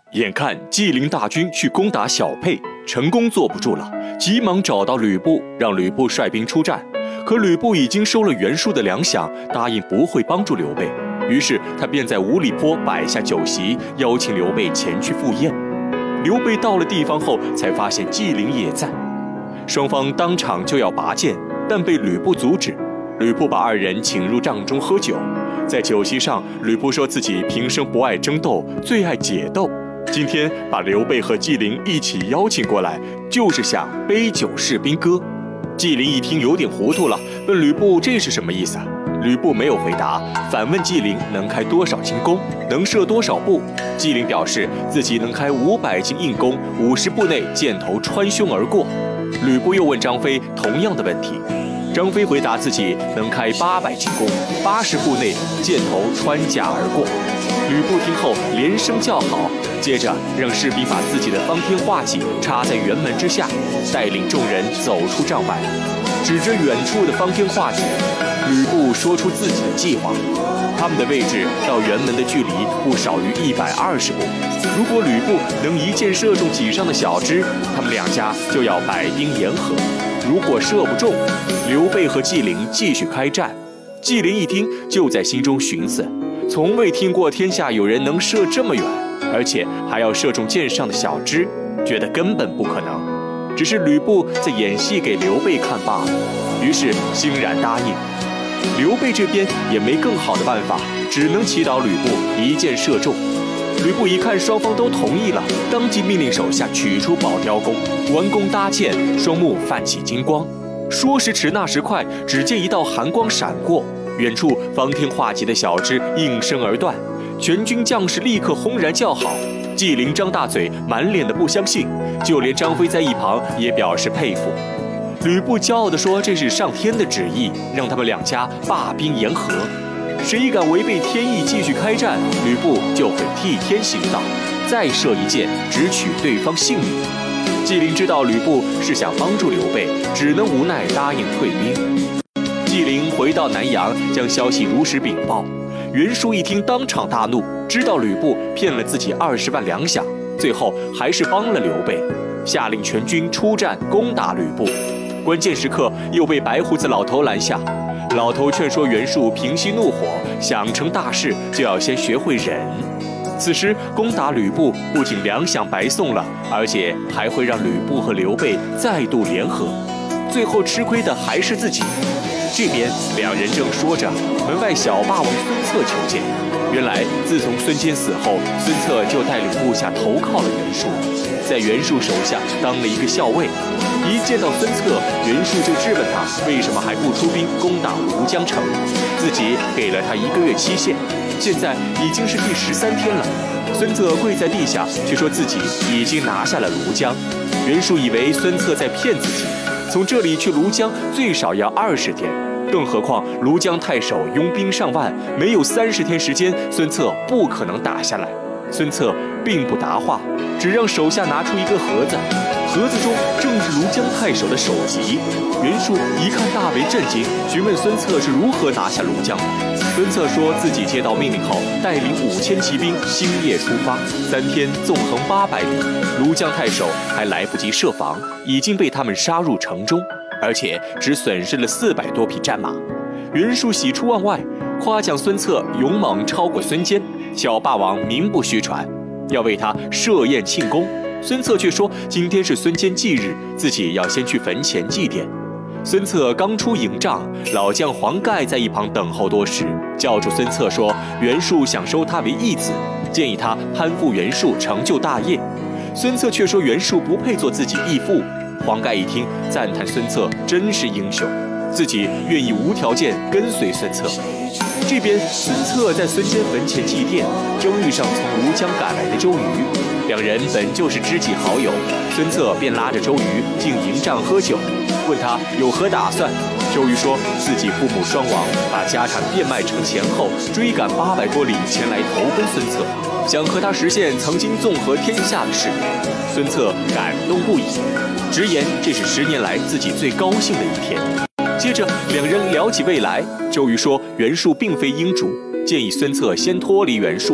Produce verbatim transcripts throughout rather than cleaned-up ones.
眼看纪灵大军去攻打小沛，成功坐不住了，急忙找到吕布，让吕布率兵出战。可吕布已经收了袁术的粮饷，答应不会帮助刘备。于是他便在五里坡摆下酒席，邀请刘备前去赴宴。刘备到了地方后，才发现纪灵也在，双方当场就要拔剑，但被吕布阻止。吕布把二人请入帐中喝酒，在酒席上，吕布说自己平生不爱争斗，最爱解斗。今天把刘备和纪灵一起邀请过来，就是想杯酒释兵戈。纪灵一听有点糊涂了，问吕布这是什么意思啊？吕布没有回答，反问纪灵能开多少轻弓，能射多少步。纪灵表示自己能开五百斤硬弓，五十步内箭头穿胸而过。吕布又问张飞同样的问题，张飞回答自己能开八百斤弓，八十步内箭头穿甲而过。吕布听后连声叫好，接着让士兵把自己的方天画戟插在辕门之下，带领众人走出帐外，指着远处的方天画戟，吕布说出自己的计划。他们的位置到辕门的距离不少于一百二十步，如果吕布能一箭射中戟上的小枝，他们两家就要摆兵言和；如果射不中，刘备和纪灵继续开战。纪灵一听，就在心中寻思，从未听过天下有人能射这么远，而且还要射中箭上的小枝，觉得根本不可能，只是吕布在演戏给刘备看罢了，于是欣然答应。刘备这边也没更好的办法，只能祈祷吕布一箭射中。吕布一看双方都同意了，当即命令手下取出宝雕弓，弯弓搭箭，双目泛起金光。说时迟，那时快，只见一道寒光闪过，远处方天画戟的小枝应声而断，全军将士立刻轰然叫好。纪灵张大嘴，满脸的不相信，就连张飞在一旁也表示佩服。吕布骄傲地说：“这是上天的旨意，让他们两家罢兵言和。谁敢违背天意继续开战，吕布就会替天行道，再射一箭，只取对方性命。”纪灵知道吕布是想帮助刘备，只能无奈答应退兵。纪灵回到南阳，将消息如实禀报。袁术一听，当场大怒，知道吕布骗了自己二十万粮饷，最后还是帮了刘备，下令全军出战攻打吕布。关键时刻又被白胡子老头拦下，老头劝说袁术平息怒火，想成大事就要先学会忍。此时攻打吕布，不仅粮饷白送了，而且还会让吕布和刘备再度联合，最后吃亏的还是自己。这边两人正说着，门外小霸王孙策求见。原来自从孙坚死后，孙策就带领部下投靠了袁术，在袁术手下当了一个校尉。一见到孙策，袁术就质问他为什么还不出兵攻打吴江城，自己给了他一个月期限，现在已经是第十三天了。孙策跪在地下，却说自己已经拿下了庐江。袁术以为孙策在骗自己，从这里去庐江最少要二十天，更何况庐江太守拥兵上万，没有三十天时间，孙策不可能打下来。孙策并不答话，只让手下拿出一个盒子，盒子中正是庐江太守的首级。袁术一看大为震惊，询问孙策是如何拿下庐江。孙策说自己接到命令后，带领五千骑兵星夜出发，三天纵横八百里，庐江太守还来不及设防，已经被他们杀入城中，而且只损失了四百多匹战马。袁术喜出望外，夸奖孙策勇猛超过孙坚，小霸王名不虚传，要为他设宴庆功。孙策却说今天是孙坚忌日，自己要先去坟前祭奠。孙策刚出营帐，老将黄盖在一旁等候多时，叫住孙策说袁术想收他为义子，建议他攀附袁术，成就大业。孙策却说袁术不配做自己义父。黄盖一听，赞叹孙策真是英雄，自己愿意无条件跟随孙策。这边孙策在孙坚坟前祭奠，正遇上从庐江赶来的周瑜，两人本就是知己好友，孙策便拉着周瑜进营帐喝酒，问他有何打算。周瑜说自己父母双亡，把家产变卖成钱后，追赶八百多里前来投奔孙策，想和他实现曾经纵横天下的事业。孙策感动不已，直言这是十年来自己最高兴的一天。接着两人聊起未来，周瑜说袁术并非英主，建议孙策先脱离袁术。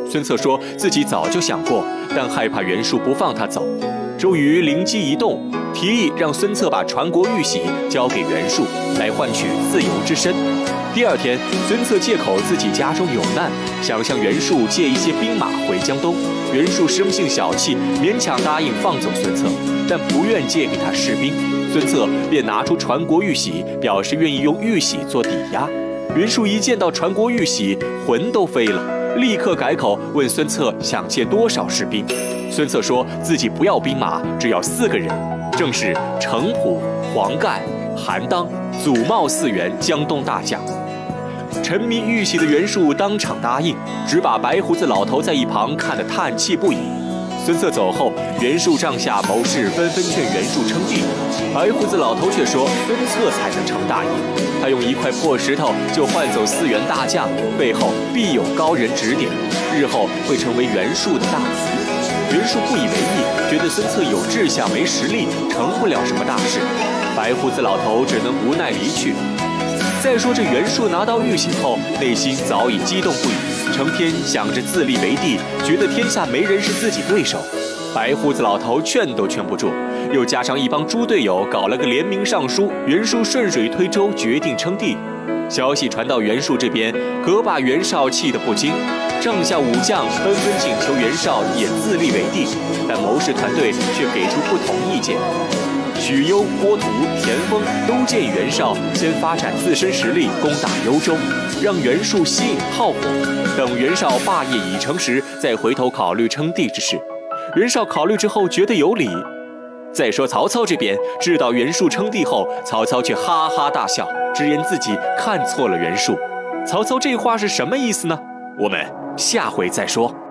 孙策说自己早就想过，但害怕袁术不放他走。周瑜灵机一动，提议让孙策把传国玉玺交给袁术，来换取自由之身。第二天，孙策借口自己家中有难，想向袁术借一些兵马回江东。袁术生性小气，勉强答应放走孙策，但不愿借给他士兵。孙策便拿出传国玉玺，表示愿意用玉玺做抵押。袁术一见到传国玉玺，魂都飞了，立刻改口问孙策想借多少士兵。孙策说自己不要兵马，只要四个人，正是程普、黄盖、韩当、祖茂四员江东大将。沉迷玉玺的袁术当场答应，只把白胡子老头在一旁看得叹气不已。孙策走后，袁术帐下谋士纷纷劝袁术称帝，白胡子老头却说孙策才能成大业，他用一块破石头就换走四员大将，背后必有高人指点，日后会成为袁术的大敌。袁术不以为意，觉得孙策有志向没实力，成不了什么大事。白胡子老头只能无奈离去。再说这袁术拿到玉玺后，内心早已激动不已，成天想着自立为帝，觉得天下没人是自己对手。白胡子老头劝都劝不住，又加上一帮猪队友搞了个联名上书，袁术顺水推舟决定称帝。消息传到袁术这边，可把袁绍气得不轻。帐下武将纷纷请求袁绍也自立为帝，但谋士团队却给出不同意见。许攸、郭图、田丰都建议袁绍先发展自身实力，攻打幽州，让袁术吸引炮火，等袁绍霸业已成时，再回头考虑称帝之事。袁绍考虑之后觉得有理。再说曹操这边知道袁术称帝后，曹操却哈哈大笑，直言自己看错了袁术。曹操这话是什么意思呢？我们下回再说。